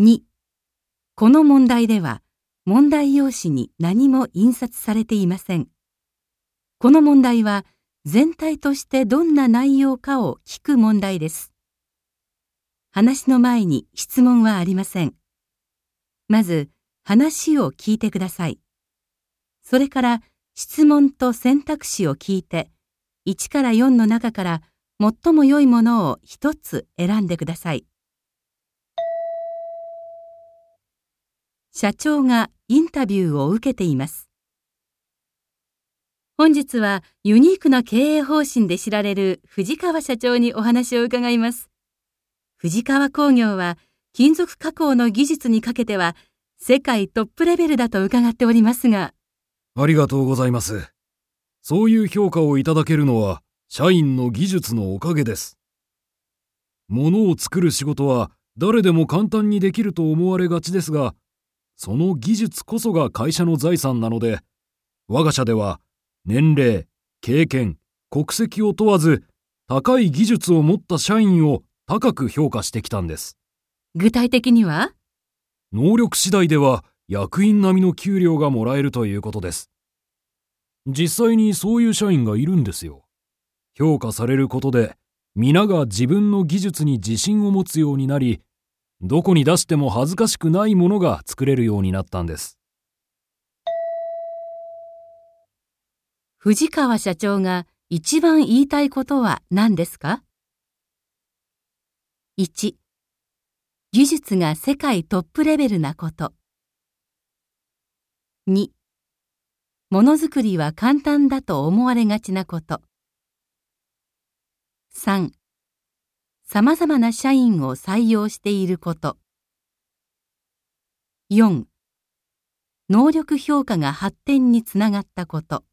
2、この問題では問題用紙に何も印刷されていません。この問題は全体としてどんな内容かを聞く問題です。話の前に質問はありません。まず話を聞いてください。それから質問と選択肢を聞いて、1から4の中から最も良いものを一つ選んでください。社長がインタビューを受けています。本日はユニークな経営方針で知られる藤川社長にお話を伺います。藤川工業は金属加工の技術にかけては世界トップレベルだと伺っておりますが。 ありがとうございます。そういう評価をいただけるのは社員の技術のおかげです。物を作る仕事は誰でも簡単にできると思われがちですが、その技術こそが会社の財産なので、我が社では年齢、経験、国籍を問わず高い技術を持った社員を高く評価してきたんです。 具体的には？ 能力次第では役員並みの給料がもらえるということです。実際にそういう社員がいるんですよ。評価されることで皆が自分の技術に自信を持つようになり、どこに出しても恥ずかしくないものが作れるようになったんです。 藤川社長が一番言いたいことは何ですか？ 1、技術が世界トップレベルなこと。2、ものづくりは簡単だと思われがちなこと。3、さまざまな社員を採用していること。4、能力評価が発展につながったこと。